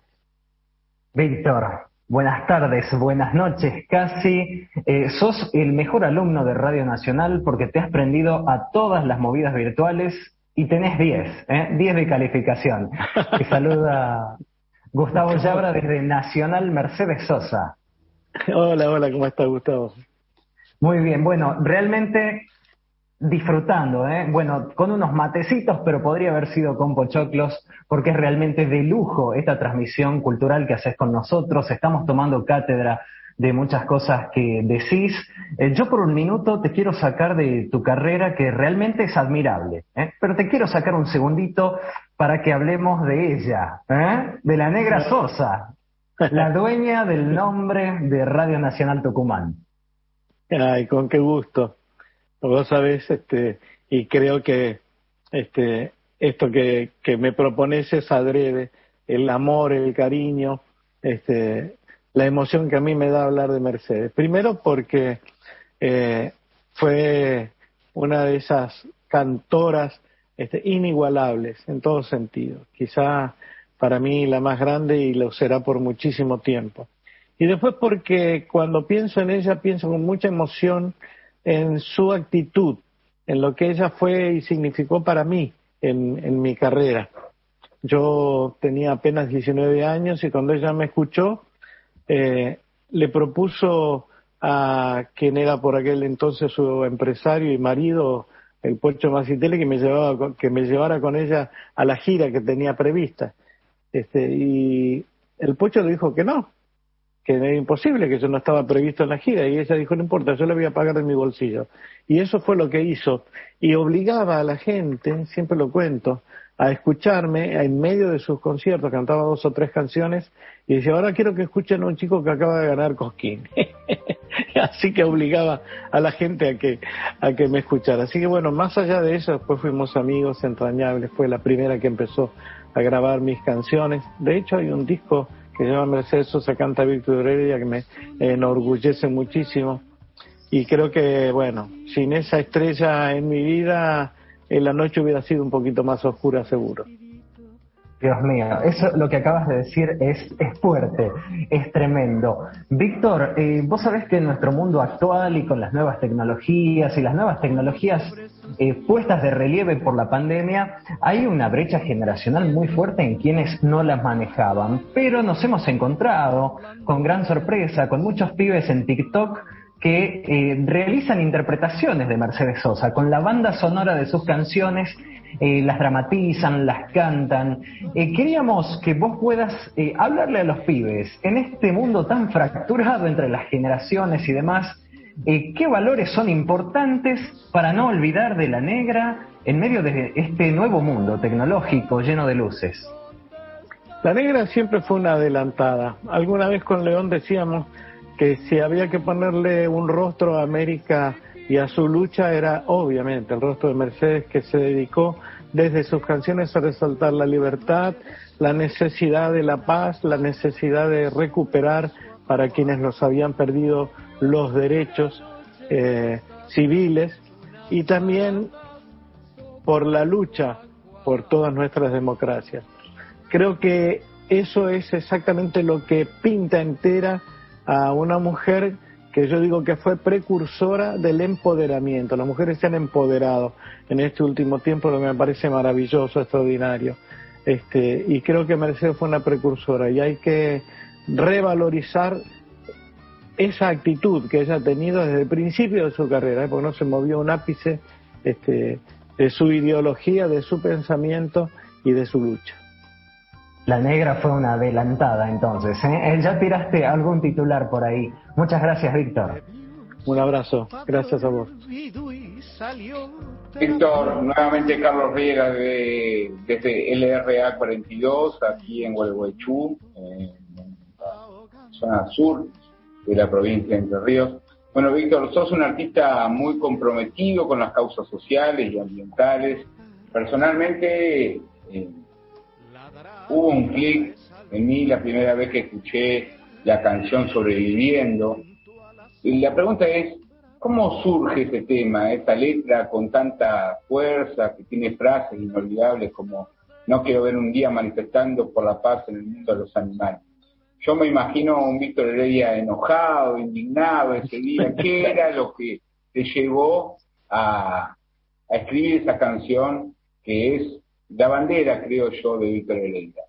Víctor, buenas tardes, buenas noches casi. Eh, sos el mejor alumno de Radio Nacional porque te has prendido a todas las movidas virtuales y tenés diez, ¿eh? diez de calificación. Te saluda Gustavo Yabra desde Nacional Mercedes Sosa. Hola, hola, ¿cómo estás, Gustavo? Muy bien, bueno, realmente disfrutando, ¿eh? Bueno, con unos matecitos, pero podría haber sido con pochoclos, porque es realmente de lujo esta transmisión cultural que haces con nosotros. Estamos tomando cátedra de muchas cosas que decís. Eh, yo por un minuto te quiero sacar de tu carrera, que realmente es admirable, ¿eh? Pero te quiero sacar un segundito para que hablemos de ella, ¿eh? De la Negra Sosa, la dueña del nombre de Radio Nacional Tucumán. Ay, con qué gusto. Vos sabés, este, y creo que este, esto que, que me propones es adrede, el amor, el cariño, este, la emoción que a mí me da hablar de Mercedes. Primero porque eh, fue una de esas cantoras este, inigualables en todo sentido. Quizá para mí la más grande y lo será por muchísimo tiempo. Y después porque cuando pienso en ella pienso con mucha emoción en su actitud, en lo que ella fue y significó para mí en, en mi carrera. Yo tenía apenas diecinueve años y cuando ella me escuchó, eh, le propuso a quien era por aquel entonces su empresario y marido, el Pocho Macitelli, que me llevaba, que me llevara con ella a la gira que tenía prevista. Este, y el Pocho le dijo que no, que era imposible, que eso no estaba previsto en la gira, y ella dijo, no importa, yo le voy a pagar de mi bolsillo. Y eso fue lo que hizo, y obligaba a la gente, siempre lo cuento, a escucharme en medio de sus conciertos, cantaba dos o tres canciones, y decía, ahora quiero que escuchen a un chico que acaba de ganar Cosquín. Así que obligaba a la gente a que, a que me escuchara. Así que bueno, más allá de eso, después fuimos amigos entrañables, fue la primera que empezó a grabar mis canciones. De hecho, hay un disco que se llama Mercedes Sosa Canta Víctor Heredia, que me enorgullece muchísimo. Y creo que, bueno, sin esa estrella en mi vida, la noche hubiera sido un poquito más oscura, seguro. Dios mío, eso lo que acabas de decir es, es fuerte, es tremendo. Víctor, eh, vos sabés que en nuestro mundo actual y con las nuevas tecnologías y las nuevas tecnologías eh, puestas de relieve por la pandemia, hay una brecha generacional muy fuerte en quienes no las manejaban. Pero nos hemos encontrado con gran sorpresa, con muchos pibes en TikTok que eh, realizan interpretaciones de Mercedes Sosa, con la banda sonora de sus canciones, eh, las dramatizan, las cantan. Eh, queríamos que vos puedas eh, hablarle a los pibes, en este mundo tan fracturado entre las generaciones y demás, eh, qué valores son importantes para no olvidar de la negra en medio de este nuevo mundo tecnológico lleno de luces. La negra siempre fue una adelantada. Alguna vez con León decíamos que si había que ponerle un rostro a América y a su lucha, era obviamente el rostro de Mercedes, que se dedicó desde sus canciones a resaltar la libertad, la necesidad de la paz, la necesidad de recuperar para quienes los habían perdido los derechos eh, civiles, y también por la lucha por todas nuestras democracias. Creo que eso es exactamente lo que pinta entera a una mujer que yo digo que fue precursora del empoderamiento. Las mujeres se han empoderado en este último tiempo, lo que me parece maravilloso, extraordinario. Este, y creo que Mercedes fue una precursora, y hay que revalorizar esa actitud que ella ha tenido desde el principio de su carrera, ¿eh? Porque no se movió un ápice este, de su ideología, de su pensamiento y de su lucha. La negra fue una adelantada entonces, ¿eh? Ya tiraste algún titular por ahí. Muchas gracias, Víctor. Un abrazo, gracias a vos. Víctor, nuevamente Carlos Riera de, desde L R A cuarenta y dos, aquí en Gualeguaychú, en zona sur de la provincia de Entre Ríos. Bueno, Víctor, sos un artista muy comprometido con las causas sociales y ambientales. Personalmente, eh, hubo un clic en mí la primera vez que escuché la canción Sobreviviendo. Y la pregunta es, ¿cómo surge este tema, esta letra con tanta fuerza, que tiene frases inolvidables como no quiero ver un día manifestando por la paz en el mundo de los animales? Yo me imagino a un Víctor Heredia enojado, indignado ese día. ¿Qué era lo que te llevó a, a escribir esa canción que es la bandera, creo yo, de Víctor Heredia?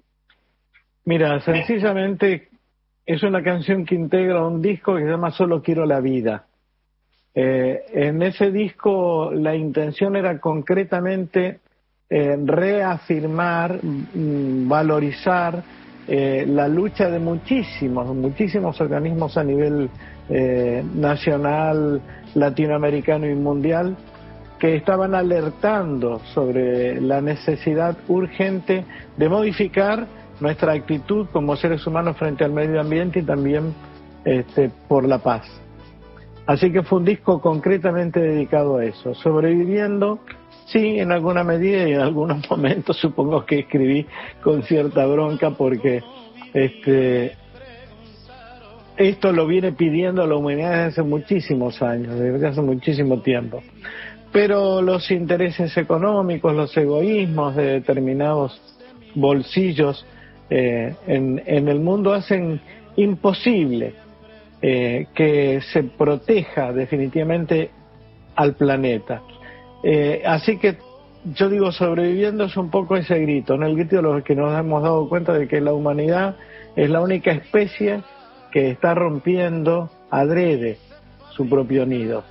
Mira, sencillamente es una canción que integra un disco que se llama Solo Quiero la Vida. Eh, en ese disco la intención era concretamente eh, reafirmar, mm, valorizar eh, la lucha de muchísimos, muchísimos organismos a nivel eh, nacional, latinoamericano y mundial, que estaban alertando sobre la necesidad urgente de modificar nuestra actitud como seres humanos frente al medio ambiente y también este, por la paz. Así que fue un disco concretamente dedicado a eso. Sobreviviendo, sí, en alguna medida y en algunos momentos supongo que escribí con cierta bronca porque este, esto lo viene pidiendo la humanidad desde hace muchísimos años, desde hace muchísimo tiempo. Pero los intereses económicos, los egoísmos de determinados bolsillos eh, en, en el mundo hacen imposible eh, que se proteja definitivamente al planeta. Eh, así que yo digo, sobreviviendo es un poco ese grito, ¿no? El grito de los que nos hemos dado cuenta de que la humanidad es la única especie que está rompiendo adrede su propio nido.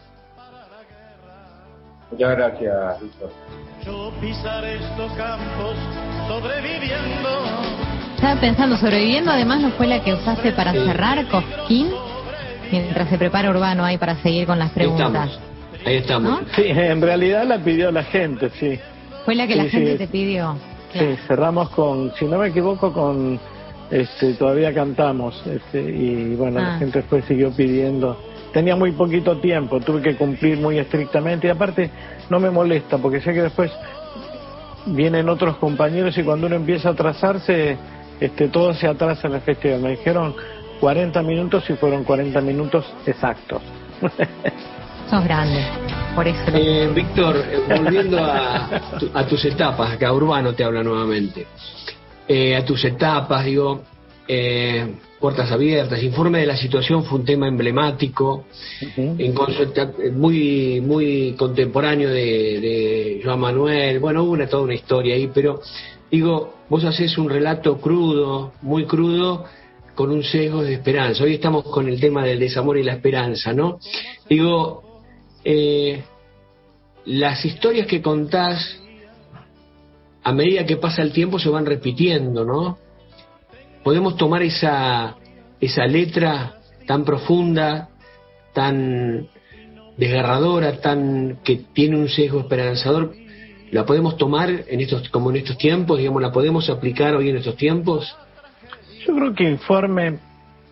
Muchas gracias, Víctor. Yo pisaré estos campos sobreviviendo. Estaba pensando, sobreviviendo además no fue la que usaste para cerrar Cosquín, mientras se prepara Urbano ahí para seguir con las preguntas. Ahí estamos. ¿No? Sí, en realidad la pidió la gente, sí. Fue la que sí, la gente sí, te pidió. Claro. Sí, cerramos con, si no me equivoco, con este, Todavía Cantamos, este, y bueno, ah. la gente después siguió pidiendo. Tenía muy poquito tiempo, tuve que cumplir muy estrictamente y aparte no me molesta porque sé que después vienen otros compañeros y cuando uno empieza a atrasarse, este, todo se atrasa en el festival. Me dijeron cuarenta minutos y fueron cuarenta minutos exactos. Sos grande, por eso. Eh, Víctor, volviendo a, tu, a tus etapas, acá Urbano te habla nuevamente. Eh, a tus etapas, digo, eh, Puertas Abiertas, Informe de la Situación fue un tema emblemático, uh-huh. en consulta, muy muy contemporáneo de, de Joan Manuel. Bueno, hubo una, toda una historia ahí, pero digo, vos hacés un relato crudo, muy crudo, con un sesgo de esperanza. Hoy estamos con el tema del desamor y la esperanza, ¿no? Digo, eh, las historias que contás, a medida que pasa el tiempo, se van repitiendo, ¿no? Podemos tomar esa esa letra tan profunda, tan desgarradora, tan que tiene un sesgo esperanzador, la podemos tomar en estos como en estos tiempos, digamos, la podemos aplicar hoy en estos tiempos. Yo creo que Informe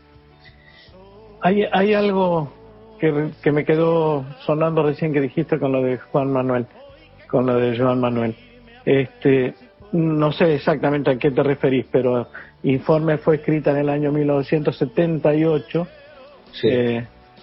hay hay algo que que me quedó sonando recién que dijiste con lo de Juan Manuel, con lo de Joan Manuel. Este, no sé exactamente a qué te referís, pero Informe fue escrita en el año mil novecientos setenta y ocho, sí. eh,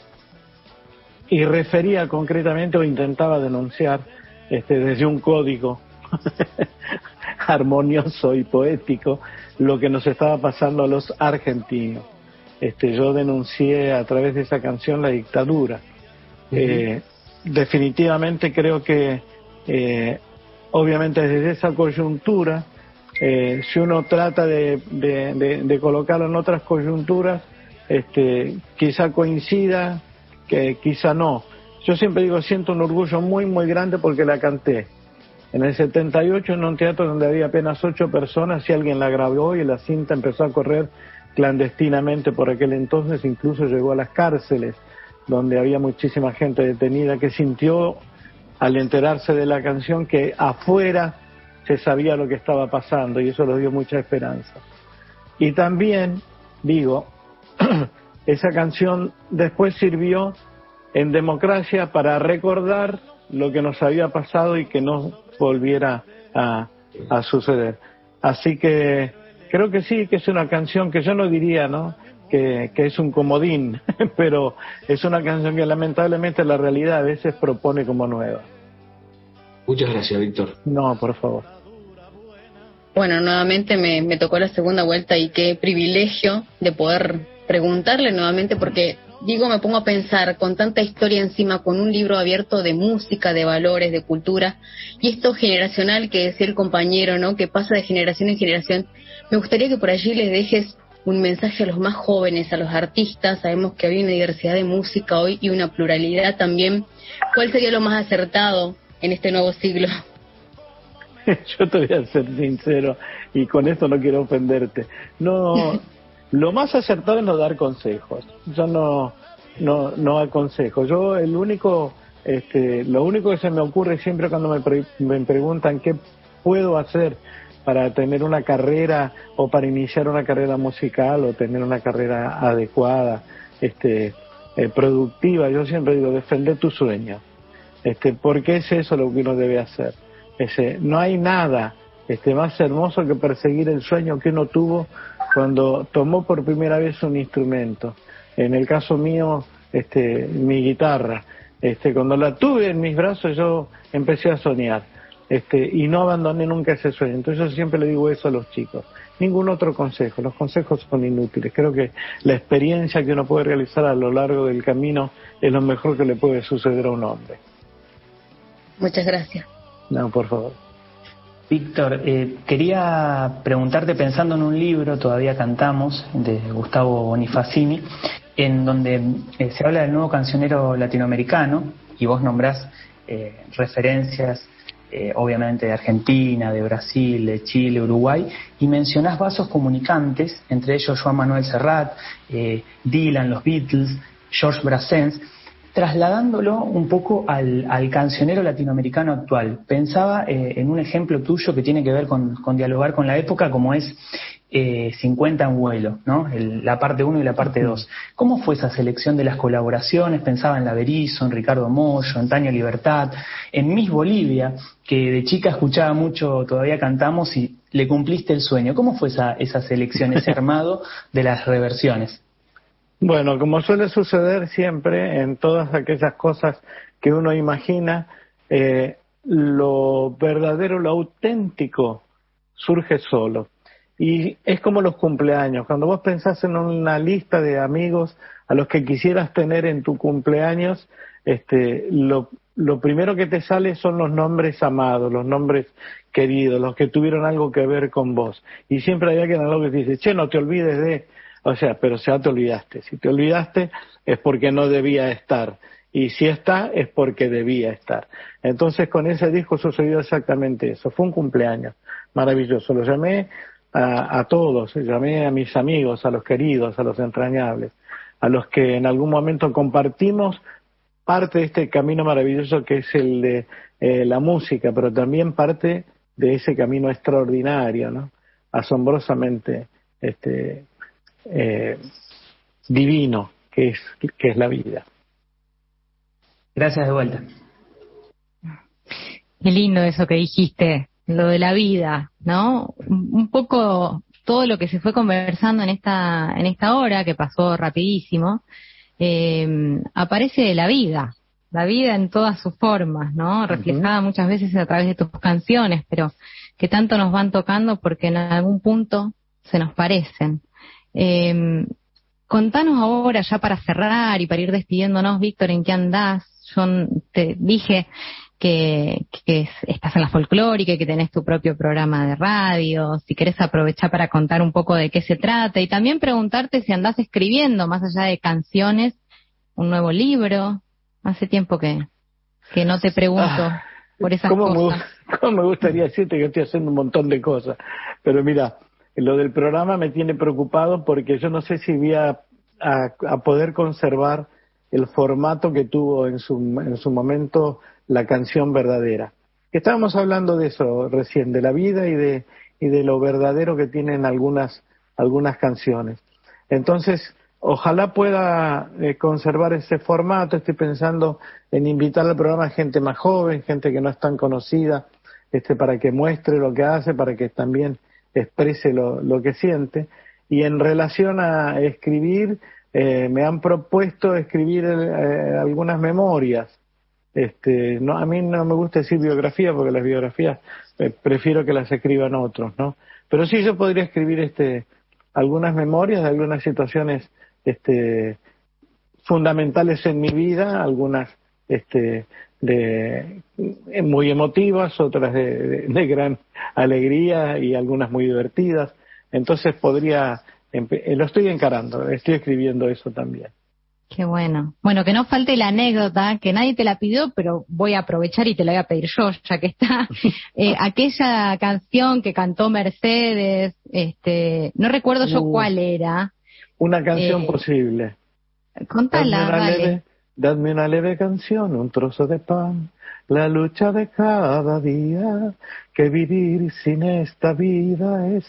y refería concretamente o intentaba denunciar este, desde un código armonioso y poético lo que nos estaba pasando a los argentinos. Este, yo denuncié a través de esa canción la dictadura. Uh-huh. eh, definitivamente creo que eh, obviamente desde esa coyuntura, eh, si uno trata de, de, de, de colocarlo en otras coyunturas, este, quizá coincida, que quizá no. Yo siempre digo, siento un orgullo muy muy grande porque la canté en el setenta y ocho en un teatro donde había apenas ocho personas y alguien la grabó y la cinta empezó a correr clandestinamente por aquel entonces, incluso llegó a las cárceles donde había muchísima gente detenida que sintió al enterarse de la canción que afuera se sabía lo que estaba pasando y eso les dio mucha esperanza. Y también digo, esa canción después sirvió en democracia para recordar lo que nos había pasado y que no volviera a, a suceder. Así que creo que sí, que es una canción que yo no diría, ¿no?, que, que es un comodín, pero es una canción que lamentablemente la realidad a veces propone como nueva. Muchas gracias, Víctor. No, por favor. Bueno, nuevamente me, me tocó la segunda vuelta y qué privilegio de poder preguntarle nuevamente, porque digo, me pongo a pensar con tanta historia encima, con un libro abierto de música, de valores, de cultura, y esto generacional que decía el compañero, ¿no?, que pasa de generación en generación. Me gustaría que por allí les dejes un mensaje a los más jóvenes, a los artistas. Sabemos que hay una diversidad de música hoy y una pluralidad también. ¿Cuál sería lo más acertado en este nuevo siglo? Yo te voy a ser sincero, y con esto no quiero ofenderte. No, lo más acertado es no dar consejos. Yo no, no, no aconsejo. Yo el único, este, lo único que se me ocurre siempre cuando me, pre, me preguntan qué puedo hacer para tener una carrera o para iniciar una carrera musical o tener una carrera adecuada, este, eh, productiva, yo siempre digo, defender tu sueño, este, porque es eso lo que uno debe hacer. Ese, no hay nada este, más hermoso que perseguir el sueño que uno tuvo cuando tomó por primera vez un instrumento. En el caso mío, este, mi guitarra, este, cuando la tuve en mis brazos yo empecé a soñar. Este, y no abandoné nunca ese sueño. Entonces yo siempre le digo eso a los chicos. Ningún otro consejo, los consejos son inútiles. Creo que la experiencia que uno puede realizar a lo largo del camino es lo mejor que le puede suceder a un hombre. Muchas gracias. No, por favor. Víctor, eh, quería preguntarte, pensando en un libro, Todavía Cantamos, de Gustavo Bonifacini, en donde eh, se habla del nuevo cancionero latinoamericano, y vos nombrás eh, referencias Eh, obviamente de Argentina, de Brasil, de Chile, Uruguay, y mencionás vasos comunicantes, entre ellos Joan Manuel Serrat, eh, Dylan, los Beatles, Georges Brassens, trasladándolo un poco al, al cancionero latinoamericano actual. Pensaba eh, en un ejemplo tuyo que tiene que ver con, con dialogar con la época, como es eh, cincuenta en vuelo, ¿no? El, la parte uno y la parte dos. ¿Cómo fue esa selección de las colaboraciones? Pensaba en La Berizo, en Ricardo Mollo, en Tania Libertad, en Miss Bolivia, que de chica escuchaba mucho Todavía Cantamos y le cumpliste el sueño. ¿Cómo fue esa, esa selección, ese armado de las reversiones? Bueno, como suele suceder siempre en todas aquellas cosas que uno imagina, eh, lo verdadero, lo auténtico surge solo. Y es como los cumpleaños. Cuando vos pensás en una lista de amigos a los que quisieras tener en tu cumpleaños, este, lo, lo primero que te sale son los nombres amados, los nombres queridos, los que tuvieron algo que ver con vos. Y siempre hay alguien al lado que te dice, che, no te olvides de... O sea, pero ya te olvidaste. Si te olvidaste es porque no debía estar. Y si está es porque debía estar. Entonces con ese disco sucedió exactamente eso. Fue un cumpleaños maravilloso. Lo llamé a, a todos. Llamé a mis amigos, a los queridos, a los entrañables, a los que en algún momento compartimos parte de este camino maravilloso que es el de eh, la música, pero también parte de ese camino extraordinario, ¿no? Asombrosamente este Eh, divino que es que es la vida. Gracias de vuelta. Qué lindo eso que dijiste, lo de la vida, ¿no? Un poco todo lo que se fue conversando en esta en esta hora, que pasó rapidísimo, eh, aparece de la vida, la vida en todas sus formas, ¿no? Reflejada uh-huh. muchas veces a través de tus canciones, pero que tanto nos van tocando porque en algún punto se nos parecen. Eh, contanos ahora, ya para cerrar y para ir despidiéndonos, Víctor, ¿en qué andás? Yo te dije que, que estás en la folclórica y que tenés tu propio programa de radio. Si querés aprovechar para contar un poco de qué se trata y también preguntarte si andás escribiendo, más allá de canciones, un nuevo libro. Hace tiempo que, que no te pregunto ah, por esas ¿cómo cosas. Me, ¿Cómo me gustaría decirte que estoy haciendo un montón de cosas? Pero mira, lo del programa me tiene preocupado porque yo no sé si voy a, a, a poder conservar el formato que tuvo en su, en su momento la canción verdadera. Estábamos hablando de eso recién, de la vida y de, y de lo verdadero que tienen algunas, algunas canciones. Entonces, ojalá pueda eh, conservar ese formato. Estoy pensando en invitar al programa a gente más joven, gente que no es tan conocida, este, para que muestre lo que hace, para que también exprese lo, lo que siente. Y en relación a escribir, eh, me han propuesto escribir eh, algunas memorias. Este, no, a mí no me gusta decir biografía, porque las biografías eh, prefiero que las escriban otros, ¿no? Pero sí, yo podría escribir este algunas memorias de algunas situaciones este fundamentales en mi vida, algunas este de muy emotivas, otras de, de, de gran alegría y algunas muy divertidas. Entonces podría, lo estoy encarando, estoy escribiendo eso también. Qué bueno. Bueno, que no falte la anécdota, que nadie te la pidió, pero voy a aprovechar y te la voy a pedir yo, ya que está. Eh, aquella canción que cantó Mercedes, este, no recuerdo yo uh, cuál era. Una canción eh, posible. Contala, dale. Leve, dadme una leve canción, un trozo de pan, la lucha de cada día, que vivir sin esta vida es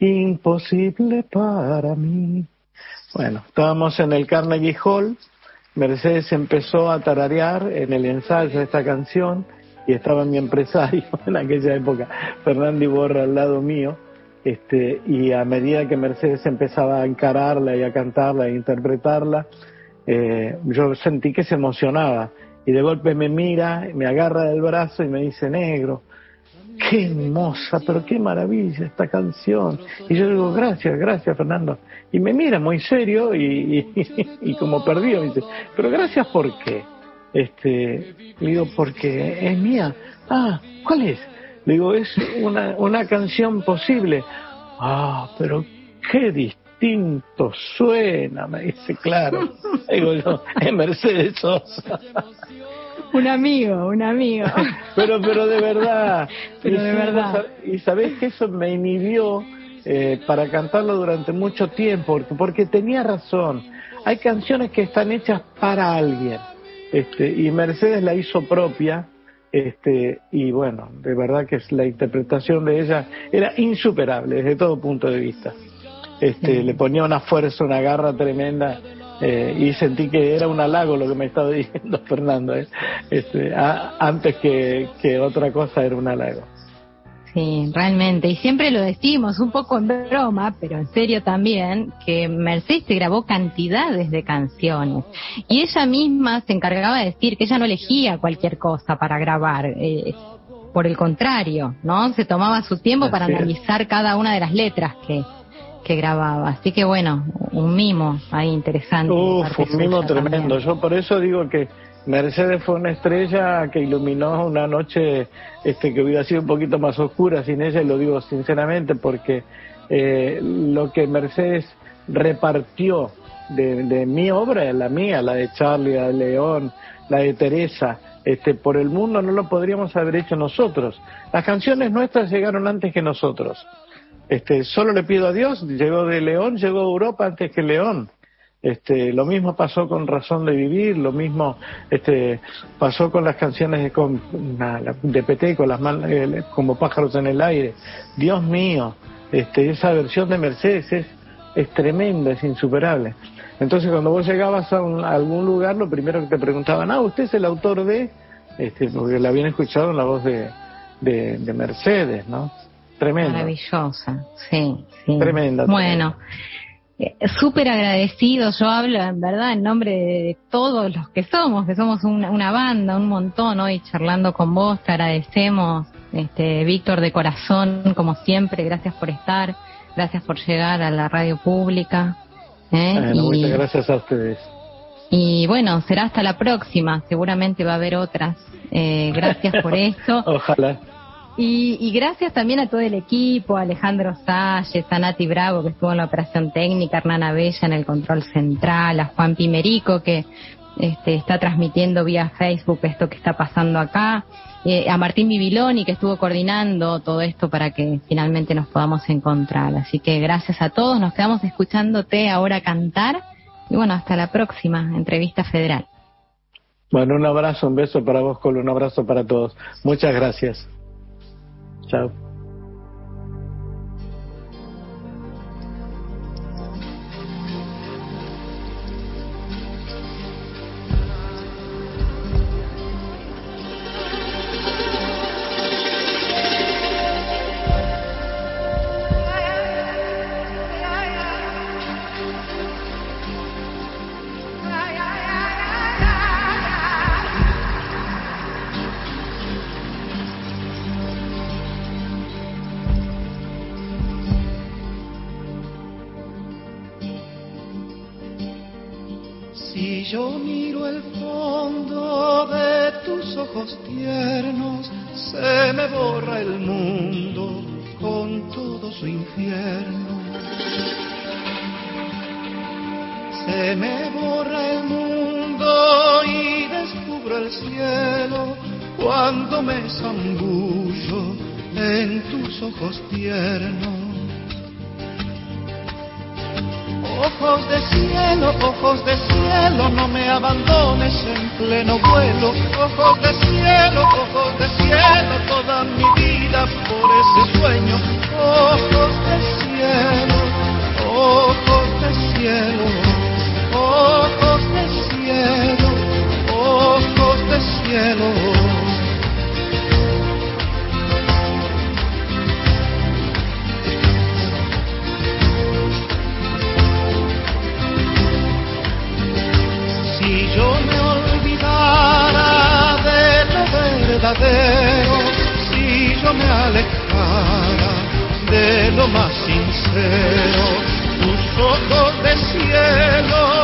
imposible para mí. Bueno, estábamos en el Carnegie Hall, Mercedes empezó a tararear en el ensayo de esta canción y estaba mi empresario en aquella época, Fernando Iborra, al lado mío, este, y a medida que Mercedes empezaba a encararla y a cantarla e interpretarla, eh, yo sentí que se emocionaba y de golpe me mira, me agarra del brazo y me dice: negro, qué hermosa, pero qué maravilla esta canción. Y yo digo: gracias, gracias, Fernando. Y me mira muy serio y, y, y como perdido, me dice: pero gracias, ¿por qué? Este, le digo: porque es mía. Ah, ¿cuál es? Le digo: es una, una canción posible. Ah, pero qué distinto suena, me dice. Claro. Digo yo: es Mercedes Sosa. Un amigo, un amigo. Pero, pero de verdad. Pero y de sí, verdad. Y sabés que eso me inhibió eh, para cantarlo durante mucho tiempo, porque, porque tenía razón. Hay canciones que están hechas para alguien, este, y Mercedes la hizo propia, este, y bueno, de verdad que la interpretación de ella era insuperable desde todo punto de vista. Este, sí. Le ponía una fuerza, una garra tremenda. Eh, y sentí que era un halago lo que me estaba diciendo Fernando, ¿eh? este, a, antes que, que otra cosa era un halago. Sí, realmente, y siempre lo decimos un poco en broma, pero en serio también, que Mercedes te grabó cantidades de canciones y ella misma se encargaba de decir que ella no elegía cualquier cosa para grabar, eh, por el contrario, ¿no? Se tomaba su tiempo Así para es. analizar cada una de las letras que que grababa, así que bueno, un mimo ahí interesante. Uf, un mimo tremendo. También. Yo por eso digo que Mercedes fue una estrella que iluminó una noche este que hubiera sido un poquito más oscura sin ella, y lo digo sinceramente porque eh, lo que Mercedes repartió de, de mi obra, la mía, la de Charlie, la de León, la de Teresa, este, por el mundo no lo podríamos haber hecho nosotros. Las canciones nuestras llegaron antes que nosotros. Este, solo le pido a Dios, llegó de León, llegó a Europa antes que León. Este, lo mismo pasó con Razón de Vivir, lo mismo este, pasó con las canciones de, con, de Peté, con las manos, eh, como Pájaros en el Aire. Dios mío, este, esa versión de Mercedes es, es tremenda, es insuperable. Entonces cuando vos llegabas a, un, a algún lugar, lo primero que te preguntaban: ah, ¿usted es el autor de...? Este, porque la habían escuchado en la voz de, de, de Mercedes, ¿no? Tremenda. Maravillosa, sí, sí. Tremenda. Bueno, eh, súper agradecido. Yo hablo, en verdad, en nombre de, de todos los que somos, que somos una, una banda, un montón, hoy charlando con vos. Te agradecemos, este, Víctor, de corazón, como siempre. Gracias por estar, gracias por llegar a la radio pública. ¿eh? Bueno, y, muchas gracias a ustedes. Y bueno, será hasta la próxima. Seguramente va a haber otras. Eh, gracias por esto. Ojalá. Y, y gracias también a todo el equipo, a Alejandro Salles, a Nati Bravo, que estuvo en la operación técnica, a Hernán Abella en el control central, a Juan Pimerico, que este, está transmitiendo vía Facebook esto que está pasando acá, eh, a Martín Bibiloni, que estuvo coordinando todo esto para que finalmente nos podamos encontrar. Así que gracias a todos, nos quedamos escuchándote ahora cantar, y bueno, hasta la próxima entrevista federal. Bueno, un abrazo, un beso para vos, Colo, un abrazo para todos. Muchas gracias. Chao. Si yo miro el fondo de tus ojos tiernos, se me borra el mundo con todo su infierno. Se me borra el mundo y descubro el cielo cuando me zambullo en tus ojos tiernos. Ojos de cielo, ojos de cielo, no me abandones en pleno vuelo. Ojos de cielo, ojos de cielo, toda mi vida por ese sueño. Ojos de cielo, ojos de cielo, ojos de cielo, ojos de cielo. Si yo me olvidara de lo verdadero, si yo me alejara de lo más sincero, tus ojos de cielo